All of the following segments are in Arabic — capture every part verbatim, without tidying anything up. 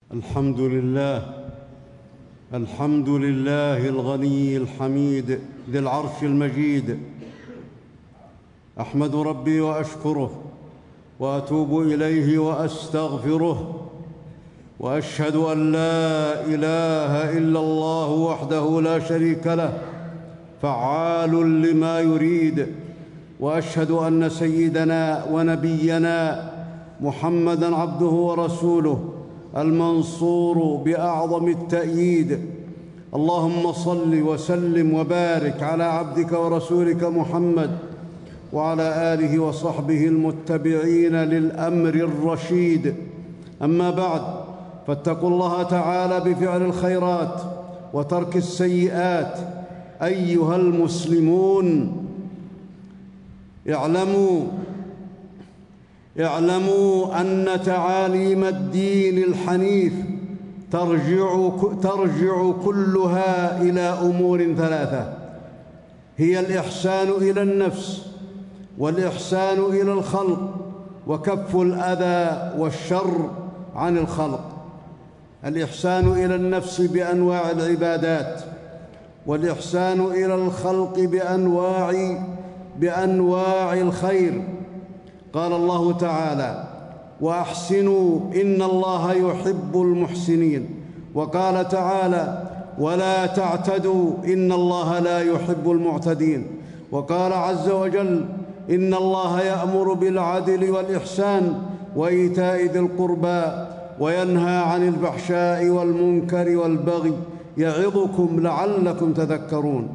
الحمد لله الحمد لله الغني الحميد ذي العرش المجيد. أحمد ربي وأشكره وأتوب إليه وأستغفره، وأشهد أن لا إله إلا الله وحده لا شريك له فعال لما يريد، وأشهد أن سيدنا ونبينا محمدًا عبده ورسوله المنصور بأعظم التأييد. اللهم صل وسلم وبارك على عبدك ورسولك محمد وعلى آله وصحبه المتبعين للأمر الرشيد. أما بعد، فاتقوا الله تعالى بفعل الخيرات وترك السيئات. أيها المسلمون، اعلموا اعلموا أن تعاليم الدين الحنيف ترجع ترجع كلها إلى أمور ثلاثة: هي الإحسان إلى النفس، والإحسان إلى الخلق، وكف الأذى والشر عن الخلق. الإحسان إلى النفس بأنواع العبادات، والإحسان إلى الخلق بأنواع بأنواع الخير. قال الله تعالى: وأحسنوا إن الله يحب المحسنين. وقال تعالى: ولا تعتدوا إن الله لا يحب المعتدين. وقال عز وجل: إن الله يأمر بالعدل والإحسان وإيتاء ذي القربى وينهى عن الفحشاء والمنكر والبغي يعظكم لعلكم تذكرون.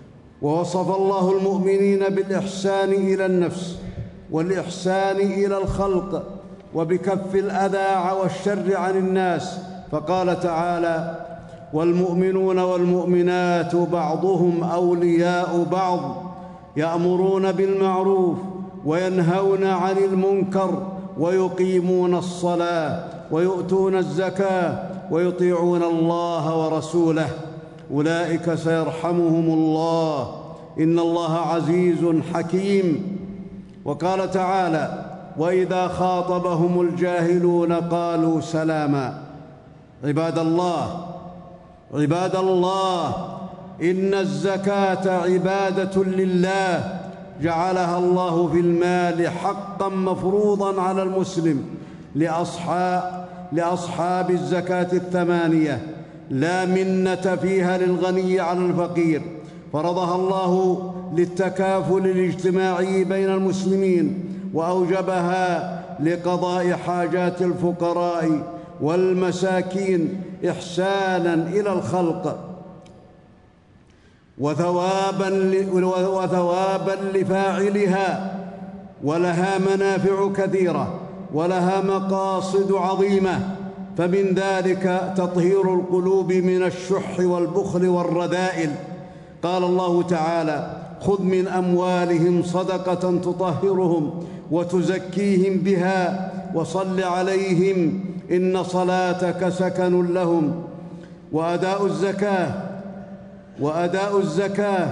ووصف الله المؤمنين بالإحسان إلى النفس والإحسان إلى الخلق وبكف الأذى والشر عن الناس، فقال تعالى: والمؤمنون والمؤمنات بعضهم أولياء بعض يأمرون بالمعروف وينهون عن المنكر ويقيمون الصلاة ويؤتون الزكاة ويطيعون الله ورسوله، أولئك سيرحمهم الله إن الله عزيز حكيم. وقال تعالى: وإذا خاطبهم الجاهلون قالوا سلاما. عباد الله عباد الله إن الزكاة عبادة لله جعلها الله في المال حقا مفروضا على المسلم لأصحاب, لأصحاب الزكاة الثمانية، لا منة فيها للغني على الفقير. فرضها الله للتكافل الاجتماعي بين المسلمين، وأوجبها لقضاء حاجات الفقراء والمساكين إحساناً إلى الخلق وثواباً وثواباً لفاعلها، ولها منافع كثيرة ولها مقاصد عظيمة. فمن ذلك تطهير القلوب من الشح والبخل والرذائل. قال الله تعالى: خذ من أموالهم صدقة تطهرهم وتزكيهم بها وصل عليهم إن صلاتك سكن لهم. وأداء الزكاة وأداء الزكاة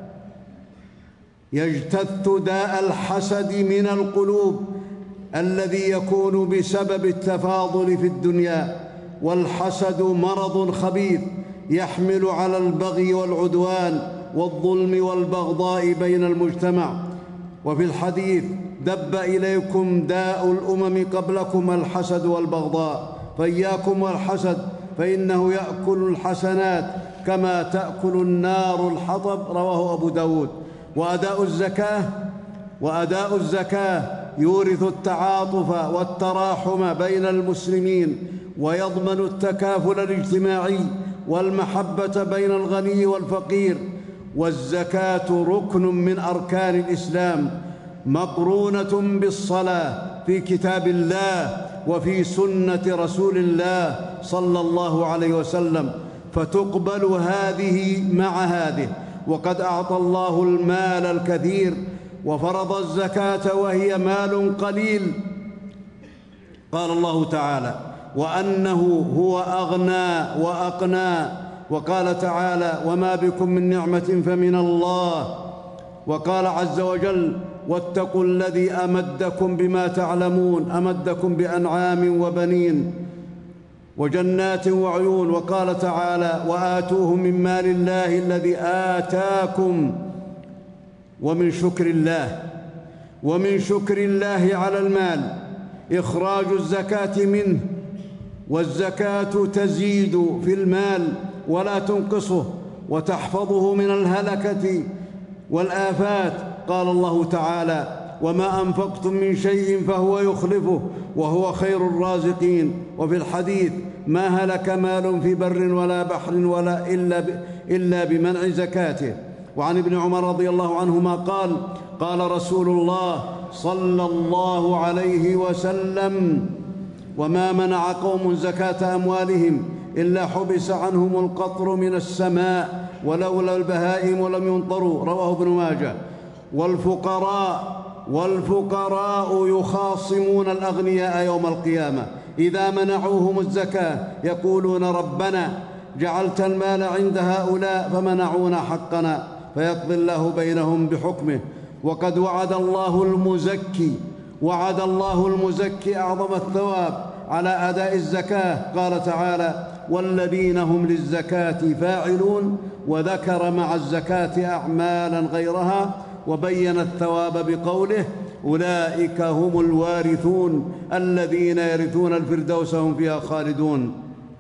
يجتث داء الحسد من القلوب الذي يكون بسبب التفاضل في الدنيا. والحسد مرض خبيث يحمل على البغي والعدوان والظلم والبغضاء بين المجتمع. وفي الحديث: دب إليكم داء الأمم قبلكم الحسد والبغضاء، فإياكم والحسد فإنه يأكل الحسنات كما تأكل النار الحطب. رواه أبو داود. وأداء الزكاة وأداء الزكاة يورث التعاطف والتراحم بين المسلمين، ويضمن التكافل الاجتماعي والمحبة بين الغني والفقير. والزكاة ركن من أركان الإسلام، مقرونة بالصلاة في كتاب الله وفي سنة رسول الله صلى الله عليه وسلم، فتقبل هذه مع هذه. وقد أعطى الله المال الكثير وفرض الزكاة وهي مال قليل. قال الله تعالى: وأنه هو أغنى وأقنى. وقال تعالى: وما بكم من نعمة فمن الله. وقال عز وجل: واتقوا الذي أمدكم بما تعلمون، أمدكم بأنعام وبنين. وجنات وعيون. وقال تعالى: وآتوهم من مال الله الذي آتاكم. ومن شكر الله ومن شكر الله على المال إخراج الزكاة منه، والزكاة تزيد في المال ولا تنقصه وتحفظه من الهلكة والآفات. قال الله تعالى: وما أنفقتم من شيء فهو يخلفه وهو خير الرازقين. وفي الحديث: ما هلك مال في بر ولا بحر ولا إلا, إلا بمنع زكاته. وعن ابن عمر رضي الله عنهما قال: قال رسول الله صلى الله عليه وسلم: وما منع قوم زكاة أموالهم إلا حبس عنهم القطر من السماء ولولا البهائم لم ينطروا. رواه ابن ماجه. والفقراء والفقراء يخاصمون الأغنياء يوم القيامة إذا منعوهم الزكاة، يقولون: ربنا جعلت المال عند هؤلاء فمنعونا حقنا، فيقضي الله بينهم بحكمه. وقد وعد الله المزكي وعد الله المزكي أعظم الثواب على أداء الزكاة. قال تعالى: والذين هم للزكاة فاعلون. وذكر مع الزكاة أعمالا غيرها وبين الثواب بقوله: أولئك هم الوارثون الذين يرثون الفردوس هم فيها خالدون.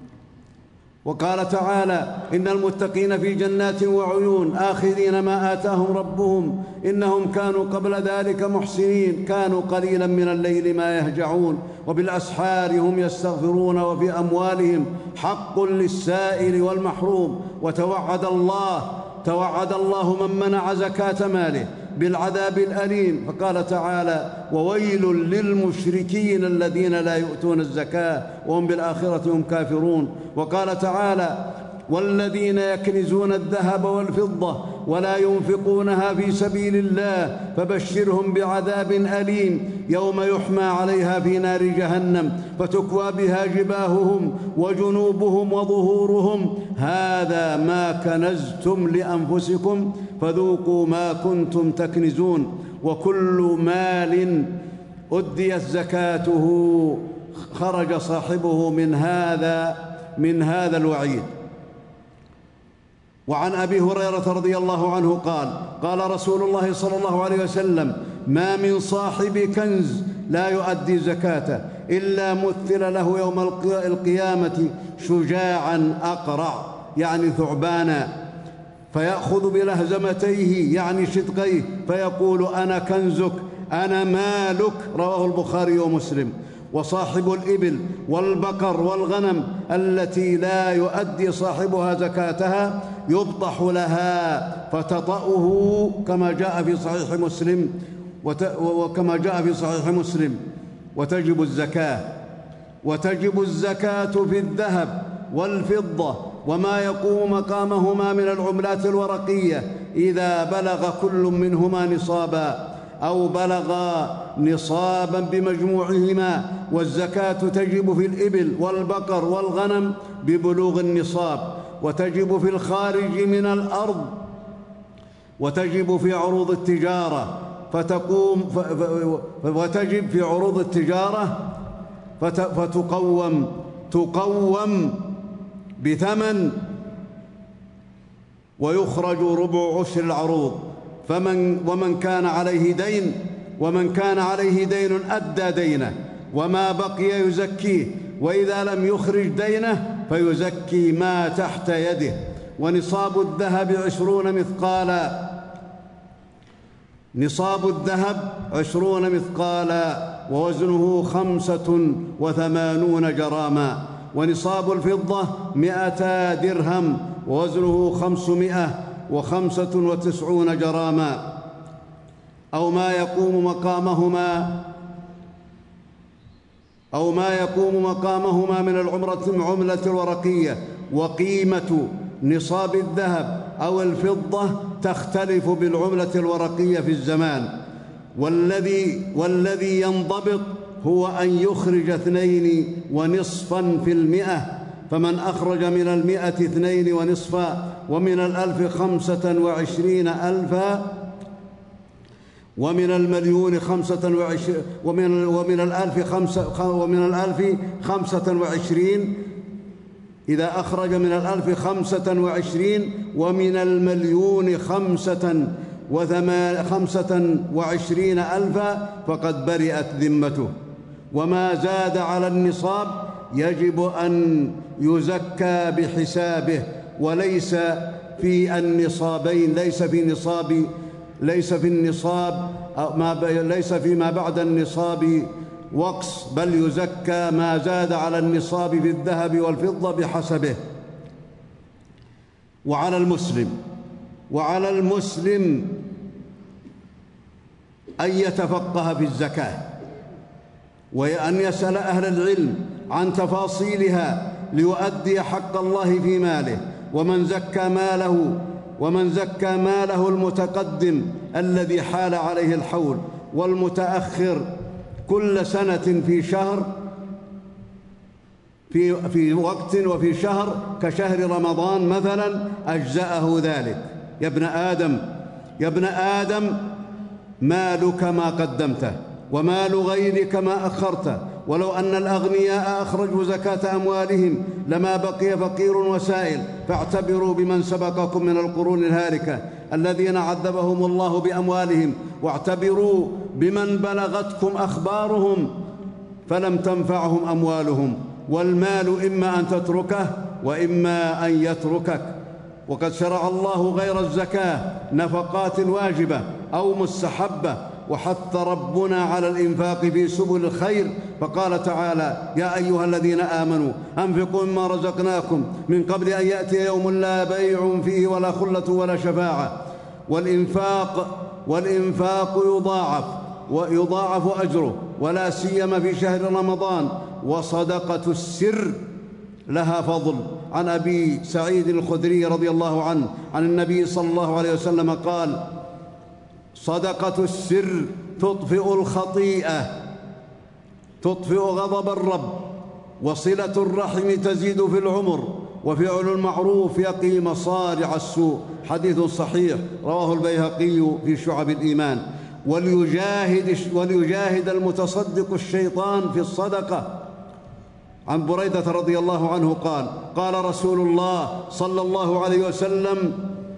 وقال تعالى: إن المتقين في جنات وعيون آخذين ما آتاهم ربهم إنهم كانوا قبل ذلك محسنين، كانوا قليلا من الليل ما يهجعون وبالأسحار هم يستغفرون وفي أموالهم حق للسائل والمحروم. وتوعد الله توعد الله من منع زكاة ماله بالعذاب الأليم، فقال تعالى: وويل للمشركين الذين لا يؤتون الزكاة وهم بالآخرة هم كافرون. وقال تعالى: والذين يكنزون الذهب والفضة ولا ينفقونها في سبيل الله فبشرهم بعذاب أليم يوم يحمى عليها في نار جهنم فتكوى بها جباههم وجنوبهم وظهورهم هذا ما كنزتم لأنفسكم فذوقوا ما كنتم تكنزون. وكل مال أديت زكاته خرج صاحبه من هذا من هذا الوعيد. وعن أبي هريرة رضي الله عنه قال: قال رسول الله صلى الله عليه وسلم: ما من صاحب كنز لا يؤدي زكاته إلا مثل له يوم القيامة شجاعا أقرع، يعني ثعبانا، فيأخذ بلهزمتيه يعني شدقيه فيقول: أنا كنزك أنا مالك. رواه البخاري ومسلم. وصاحب الإبل والبقر والغنم التي لا يؤدي صاحبها زكاتها يبطح لها فتطأه كما جاء في صحيح مسلم وكما جاء في صحيح مسلم وتجب الزكاة وتجب الزكاة في الذهب والفضة وما يقوم مقامهما من العملات الورقية إذا بلغ كل منهما نصابا أو بلغا نصابا بمجموعهما. والزكاة تجب في الإبل والبقر والغنم ببلوغ النصاب، وتجب في الخارج من الأرض، وتجب في عروض التجارة فتقوم ف... وتجب في عروض التجارة فت... فتقوم تقوم بثمن ويخرج ربع عشر العروض. فمن ومن كان عليه دين ومن كان عليه دين أدى دينه وما بقي يزكيه، وإذا لم يخرج دينه فيزكي ما تحت يده. ونصاب الذهب عشرون مثقالا نصاب الذهب عشرون مثقالا ووزنه خمسة وثمانون جراما. ونصاب الفضة مئتا درهم ووزنه خمسمائة وخمسة وتسعون جراما، أو ما يقوم مقامهما أو ما يقوم مقامهما من العملة الورقية. وقيمة نصاب الذهب أو الفضة تختلف بالعملة الورقية في الزمان. والذي والذي ينضبط هو أن يخرج اثنين ونصفا في المئة، فمن أخرج من المئة اثنين ونصفا ومن الألف خمسة وعشرين ألفا ومن المليون خمسة وعشرين ومن, ومن الألف خمسة ومن الألف خمسة وعشرين إذا أخرج من الألف خمسة وعشرين ومن المليون خمسة وثمان خمسة وعشرين ألفا فقد برئت ذمته. وما زاد على النصاب يجب أن يزكى بحسابه، وليس في النصابين ليس في نصاب ليس في النصاب ما ليس فيما بعد النصاب وقص، بل يزكى ما زاد على النصاب في الذهب والفضة بحسبه. وعلى المسلم وعلى المسلم أن يتفقه في الزكاة، وأن يسأل أهل العلم عن تفاصيلها ليؤدي حق الله في ماله. ومن زكى ماله ومن زكى ماله المتقدم الذي حال عليه الحول والمتأخر كل سنة في شهر في في وقت وفي شهر كشهر رمضان مثلا أجزأه ذلك. يا ابن آدم يا ابن آدم مالك ما قدمته ومال غيرك ما أخرته، ولو أن الأغنياء أخرجوا زكاة أموالهم لما بقي فقير وسائل، فاعتبروا بمن سبقكم من القرون الهالكة الذين عذبهم الله بأموالهم، واعتبروا بمن بلغتكم أخبارهم فلم تنفعهم أموالهم. والمال إما أن تتركه وإما أن يتركك. وقد شرع الله غير الزكاة نفقات واجبة أو مستحبة، وحث ربنا على الإنفاق في سبل الخير، فقال تعالى: يا أيها الذين آمنوا أنفقوا مما رزقناكم من قبل أن يأتي يوم لا بيع فيه ولا خلة ولا شفاعة. والإنفاق والإنفاق يضاعف ويضاعف أجره، ولا سيما في شهر رمضان. وصدقة السر لها فضل. عن أبي سعيد الخدري رضي الله عنه عن النبي صلى الله عليه وسلم قال: صدقة السر تطفئ الخطيئة، تطفئ غضب الرب، وصلة الرحم تزيد في العمر، وفعل المعروف يقي مصارع السوء. حديث صحيح رواه البيهقي في شعب الإيمان. وليجاهد, وليجاهد المتصدق الشيطان في الصدقة. عن بريدة رضي الله عنه قال: قال رسول الله صلى الله عليه وسلم: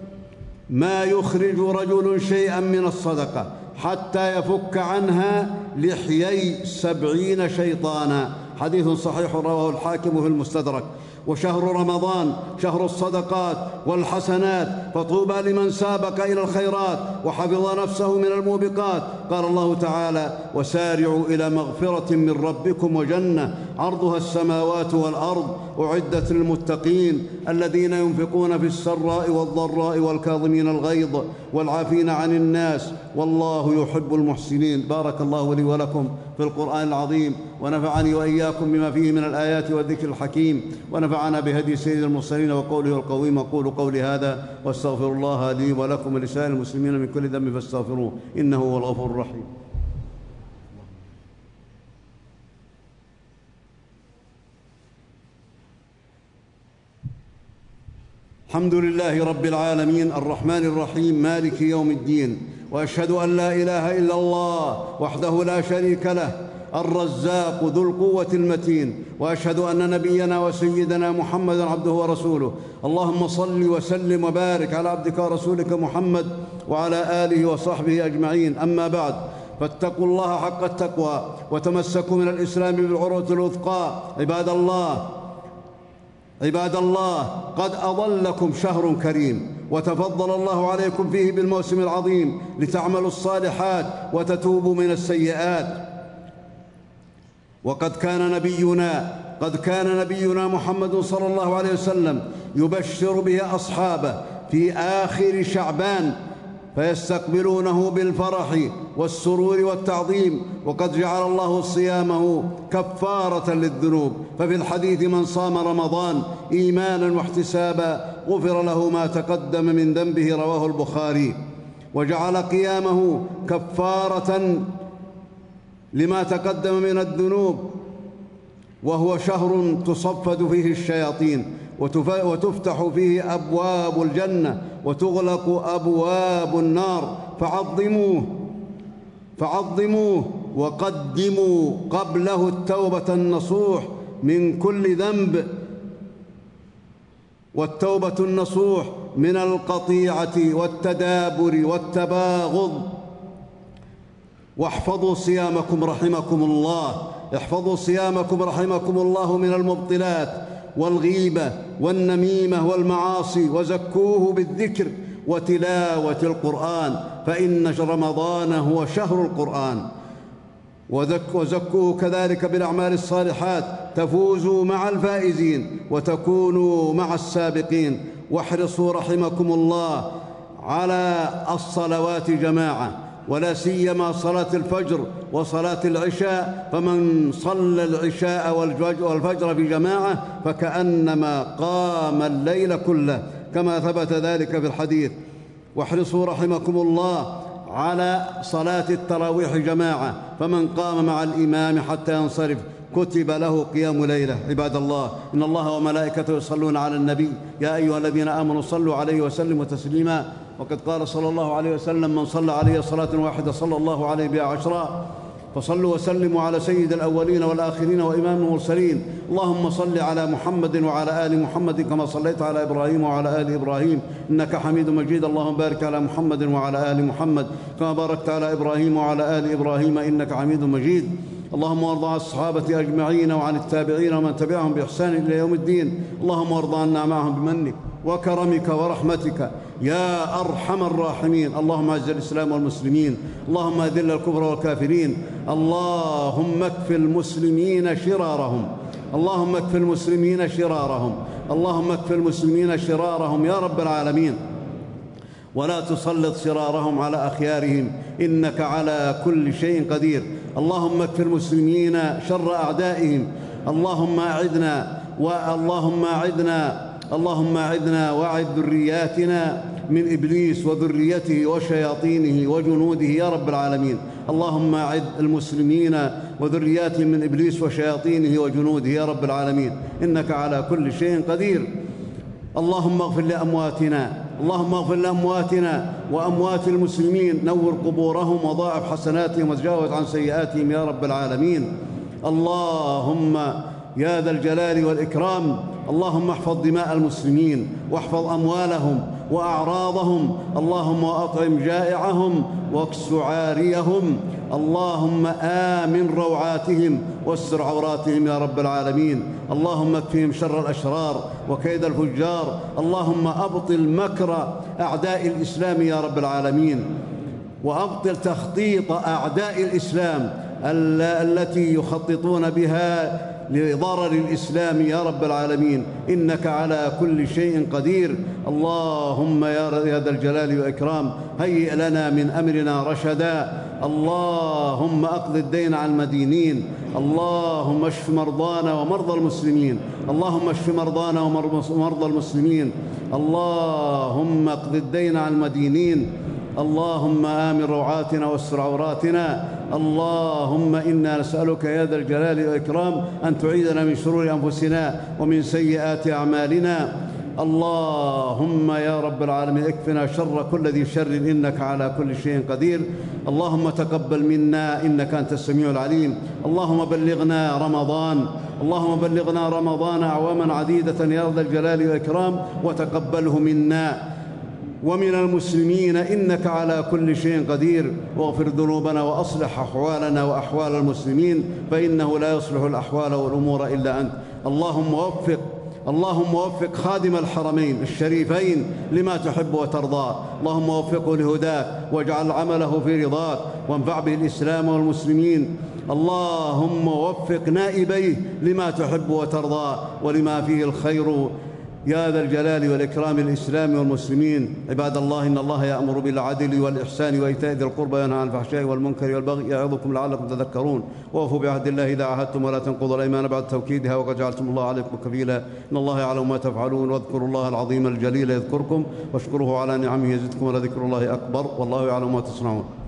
ما يخرج رجل شيئا من الصدقة حتى يفك عنها لحيي سبعين شيطانا. حديث صحيح رواه الحاكم في المستدرك. وشهر رمضان شهر الصدقات والحسنات، فطوبى لمن سابق إلى الخيرات وحفظ نفسه من الموبقات. قال الله تعالى: وسارعوا إلى مغفرة من ربكم وجنة عرضها السماوات والأرض أعدت للمتقين الذين ينفقون في السراء والضراء والكاظمين الغيظ والعافين عن الناس والله يحب المحسنين. بارك الله لي ولكم في القرآن العظيم، ونفعني وإياكم بما فيه من الآيات والذكر الحكيم، ونفعنا بهدي سيد المرسلين وقوله القويم. أقول قولي هذا وأستغفر الله لي ولكم ولسائر المسلمين من كل ذنب فاستغفروه إنه هو الغفور الرحيم. الحمد لله رب العالمين الرحمن الرحيم مالك يوم الدين، وأشهد أن لا إله إلا الله وحده لا شريك له الرزاق ذو القوة المتين، وأشهد أن نبينا وسيدنا محمدًا عبده ورسوله. اللهم صل وسلم وبارك على عبدك ورسولك محمد وعلى آله وصحبه أجمعين. أما بعد، فاتقوا الله حق التقوى وتمسكوا من الإسلام بالعروة الوثقى. عباد الله عباد الله قد أظلكم شهر كريم، وتفضل الله عليكم فيه بالموسم العظيم لتعملوا الصالحات وتتوبوا من السيئات. وقد كان نبينا قد كان نبينا محمد صلى الله عليه وسلم يبشر به أصحابه في آخر شعبان فيستقبلونه بالفرح والسرور والتعظيم، وقد جعل الله صيامه كفارة للذنوب. ففي الحديث: من صام رمضان إيمانا واحتسابا غفر له ما تقدم من ذنبه، رواه البخاري. وجعل قيامه كفارة لما تقدم من الذنوب، وهو شهر تصفد فيه الشياطين وتفتح فيه أبواب الجنة وتغلق أبواب النار، فعظموه فعظموه وقدموا قبله التوبة النصوح من كل ذنب والتوبة النصوح من القطيعة والتدابر والتباغض. واحفظوا صيامكم رحمكم الله، احفظوا صيامكم رحمكم الله من المبطلات والغيبة والنميمة والمعاصي، وزكوه بالذكر وتلاوة القرآن، فإن رمضان هو شهر القرآن. وزكوه كذلك بالأعمال الصالحات، تفوزوا مع الفائزين وتكونوا مع السابقين. واحرصوا رحمكم الله على الصلوات جماعة، ولا سيما صلاة الفجر وصلاة العشاء، فمن صلى العشاء والفجر في جماعة فكأنما قام الليل كله، كما ثبت ذلك في الحديث. واحرصوا رحمكم الله على صلاة التراويح جماعة، فمن قام مع الإمام حتى ينصرف كتب له قيام ليلة. عباد الله، إن الله وملائكته يصلون على النبي، يا أيها الذين آمنوا صلوا عليه وسلموا تسليما. وقد قال صلى الله عليه وسلم: من صلى عليه صلاة واحدة صلى الله عليه بها عشرا. فصلوا وسلموا على سيد الأولين والآخرين وإمام المرسلين. اللهم صل على محمد وعلى آل محمد كما صليت على إبراهيم وعلى آل إبراهيم إنك حميد مجيد. اللهم بارك على محمد وعلى آل محمد كما باركت على إبراهيم وعلى آل إبراهيم إنك حميد مجيد. اللهم وارض عن الصحابة أجمعين وعن التابعين ومن تبعهم بإحسان إلى يوم الدين. اللهم وارض عنا معهم بمنك وكرمك ورحمتك يا أرحم الراحمين. اللهم أعز الإسلام والمسلمين، اللهم أذل الكفر والكافرين، اللهم اكف المسلمين شرارهم، اللهم اكف المسلمين شرارهم، اللهم اكف المسلمين شرارهم يا رب العالمين، ولا تسلط شرارهم على أخيارهم، إنك على كل شيء قدير. اللهم اكف المسلمين شر أعدائهم. اللهم أعذنا واللهم أعذنا اللهم أعذنا وأعذ ذرياتنا من إبليس وذريته وشياطينه وجنوده يا رب العالمين. اللهم أعذ المسلمين وذرياتهم من إبليس وشياطينه وجنوده يا رب العالمين، إنك على كل شيء قدير. اللهم اغفر لأمواتنا اللهم اغفر لأمواتنا وأموات المسلمين، نور قبورهم وضاعف حسناتهم وتجاوز عن سيئاتهم يا رب العالمين. اللهم يا ذا الجلال والإكرام، اللهم احفظ دماء المسلمين واحفظ أموالهم وأعراضهم، اللهم وأطعم جائعهم واكس عاريهم، اللهم آمن روعاتهم واستر عوراتهم يا رب العالمين. اللهم اكفهم شر الأشرار وكيد الفجار، اللهم أبطل مكر أعداء الإسلام يا رب العالمين، وأبطل تخطيط أعداء الإسلام التي يخططون بها لضرر الإسلام يا رب العالمين، إنك على كل شيء قدير. اللهم يا ذا الجلال والإكرام هيئ لنا من أمرنا رشدا. اللهم أقض الدين عن المدينين، اللهم اشف مرضانا ومرضى المسلمين، اللهم اشف مرضانا ومرضى المسلمين، اللهم اقض الدين عن المدينين، اللهم آمن روعاتنا واستر عوراتنا. اللهم إنا نسألك يا ذا الجلال والإكرام أن تعيذنا من شرور أنفسنا ومن سيئات أعمالنا. اللهم يا رب العالمين اكفنا شر كل ذي شر، إنك على كل شيء قدير. اللهم تقبل منا إنك أنت السميع العليم. اللهم بلغنا رمضان اللهم بلغنا رمضان أعواما عديدة يا ذا الجلال والإكرام، وتقبله منا ومن المسلمين إنك على كل شيء قدير. واغفر ذنوبنا وأصلح أحوالنا وأحوال المسلمين، فإنه لا يصلح الأحوال والأمور إلا أنت. اللهم وفق اللهم وفق خادم الحرمين الشريفين لما تحب وترضى، اللهم وفقه لهداك واجعل عمله في رضاك، وانفع به الإسلام والمسلمين. اللهم وفق نائبيه لما تحب وترضى ولما فيه الخير يا ذا الجلال والإكرام الإسلام والمسلمين. عباد الله، إن الله يأمر بالعدل والإحسان وإيتاء ذي القربى وينهى عن الفحشاء والمنكر والبغي يعظكم لعلكم تذكرون. وأوفوا بعهد الله إذا عاهدتم ولا تنقضوا الأيمان بعد توكيدها وقد جعلتم الله عليكم كفيلا. إن الله يعلم ما تفعلون. واذكروا الله العظيم الجليل يذكركم واشكروه على نعمه يزدكم ولذكر الله أكبر والله يعلم ما تصنعون.